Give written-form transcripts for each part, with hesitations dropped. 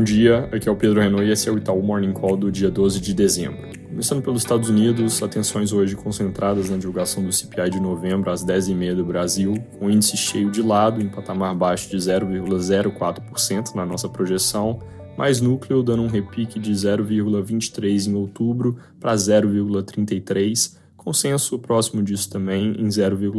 dia, aqui é o Pedro Renault e esse é o Itaú Morning Call do dia 12 de dezembro. Começando pelos Estados Unidos, atenções hoje concentradas na divulgação do CPI de novembro às 10h30 do Brasil, com o índice cheio de lado em patamar baixo de 0,04% na nossa projeção, mais núcleo dando um repique de 0,23% em outubro para 0,33%, consenso próximo disso também em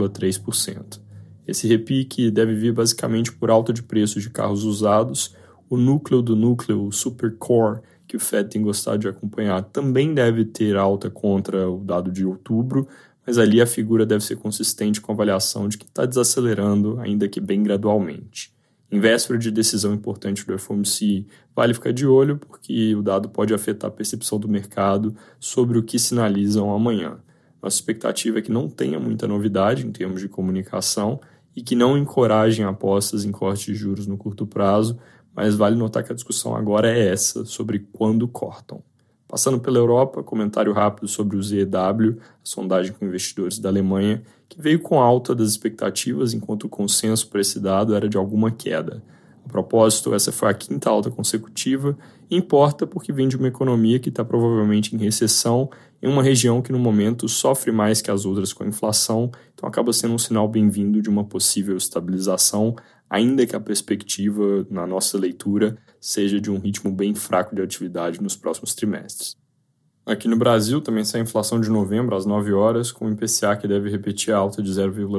0,3%. Esse repique deve vir basicamente por alta de preços de carros usados. O núcleo do núcleo, o supercore, que o Fed tem gostado de acompanhar, também deve ter alta contra o dado de outubro, mas ali a figura deve ser consistente com a avaliação de que está desacelerando, ainda que bem gradualmente. Em véspera de decisão importante do FOMC, vale ficar de olho, porque o dado pode afetar a percepção do mercado sobre o que sinalizam amanhã. Nossa expectativa é que não tenha muita novidade em termos de comunicação e que não encorajem apostas em corte de juros no curto prazo, mas vale notar que a discussão agora é essa, sobre quando cortam. Passando pela Europa, comentário rápido sobre o ZEW, a sondagem com investidores da Alemanha, que veio com alta das expectativas, enquanto o consenso para esse dado era de alguma queda. A propósito, essa foi a quinta alta consecutiva e importa porque vem de uma economia que está provavelmente em recessão, em uma região que no momento sofre mais que as outras com a inflação, então acaba sendo um sinal bem-vindo de uma possível estabilização, ainda que a perspectiva, na nossa leitura, seja de um ritmo bem fraco de atividade nos próximos trimestres. Aqui no Brasil também sai a inflação de novembro às 9 horas, com o IPCA que deve repetir a alta de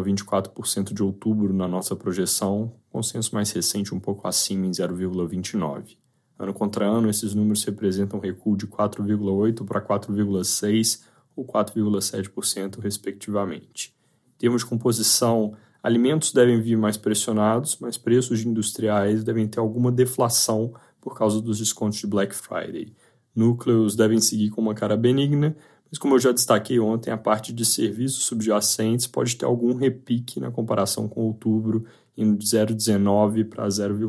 0,24% de outubro na nossa projeção, consenso mais recente um pouco acima em 0,29%. Ano contra ano, esses números representam um recuo de 4,8% para 4,6% ou 4,7%, respectivamente. Em termos de composição, alimentos devem vir mais pressionados, mas preços de industriais devem ter alguma deflação por causa dos descontos de Black Friday. Núcleos devem seguir com uma cara benigna, mas como eu já destaquei ontem, a parte de serviços subjacentes pode ter algum repique na comparação com outubro, indo de 0,19% para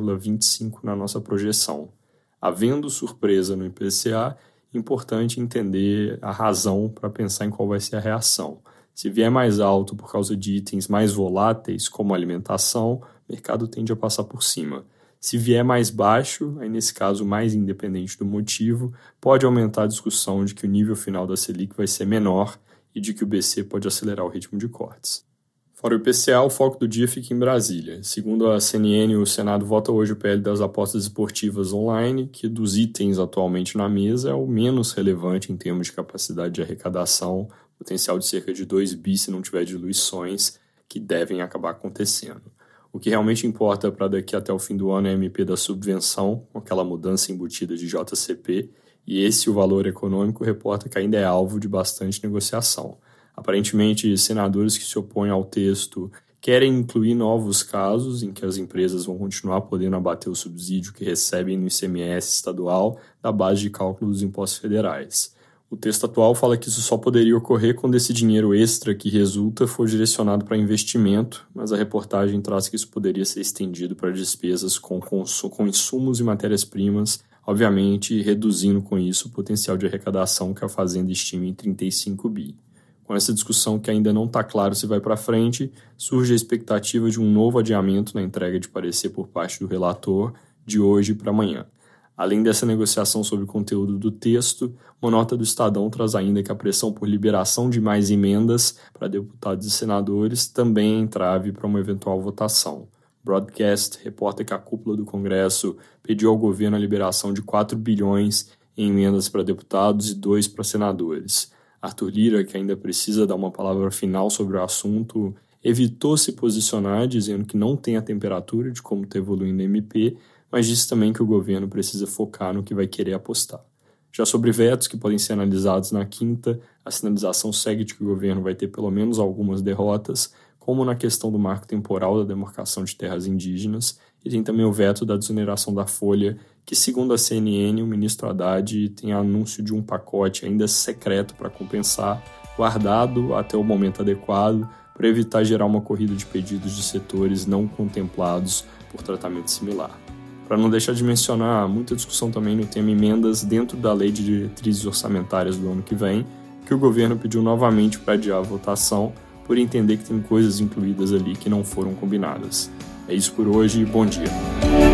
0,25% na nossa projeção. Havendo surpresa no IPCA, é importante entender a razão para pensar em qual vai ser a reação. Se vier mais alto por causa de itens mais voláteis, como alimentação, o mercado tende a passar por cima. Se vier mais baixo, aí nesse caso mais independente do motivo, pode aumentar a discussão de que o nível final da Selic vai ser menor e de que o BC pode acelerar o ritmo de cortes. Fora o IPCA, o foco do dia fica em Brasília. Segundo a CNN, o Senado vota hoje o PL das apostas esportivas online, que dos itens atualmente na mesa é o menos relevante em termos de capacidade de arrecadação, potencial de cerca de 2 bi se não tiver diluições, que devem acabar acontecendo. O que realmente importa para daqui até o fim do ano é a MP da subvenção, com aquela mudança embutida de JCP, e esse o valor econômico reporta que ainda é alvo de bastante negociação. Aparentemente, senadores que se opõem ao texto querem incluir novos casos em que as empresas vão continuar podendo abater o subsídio que recebem no ICMS estadual da base de cálculo dos impostos federais. O texto atual fala que isso só poderia ocorrer quando esse dinheiro extra que resulta for direcionado para investimento, mas a reportagem traz que isso poderia ser estendido para despesas com insumos e matérias-primas, obviamente reduzindo com isso o potencial de arrecadação que a Fazenda estima em 35 bi. Com essa discussão que ainda não está claro se vai para frente, surge a expectativa de um novo adiamento na entrega de parecer por parte do relator de hoje para amanhã. Além dessa negociação sobre o conteúdo do texto, uma nota do Estadão traz ainda que a pressão por liberação de mais emendas para deputados e senadores também é entrave para uma eventual votação. Broadcast reporta que a cúpula do Congresso pediu ao governo a liberação de 4 bilhões em emendas para deputados e 2 para senadores. Arthur Lira, que ainda precisa dar uma palavra final sobre o assunto, evitou se posicionar, dizendo que não tem a temperatura de como está evoluindo a MP, mas disse também que o governo precisa focar no que vai querer apostar. Já sobre vetos que podem ser analisados na quinta, a sinalização segue de que o governo vai ter pelo menos algumas derrotas, como na questão do marco temporal da demarcação de terras indígenas, e tem também o veto da desoneração da folha, que segundo a CNN, o ministro Haddad tem anúncio de um pacote ainda secreto para compensar, guardado até o momento adequado, para evitar gerar uma corrida de pedidos de setores não contemplados por tratamento similar. Para não deixar de mencionar, muita discussão também no tema emendas dentro da lei de diretrizes orçamentárias do ano que vem, que o governo pediu novamente para adiar a votação, por entender que tem coisas incluídas ali que não foram combinadas. É isso por hoje, bom dia.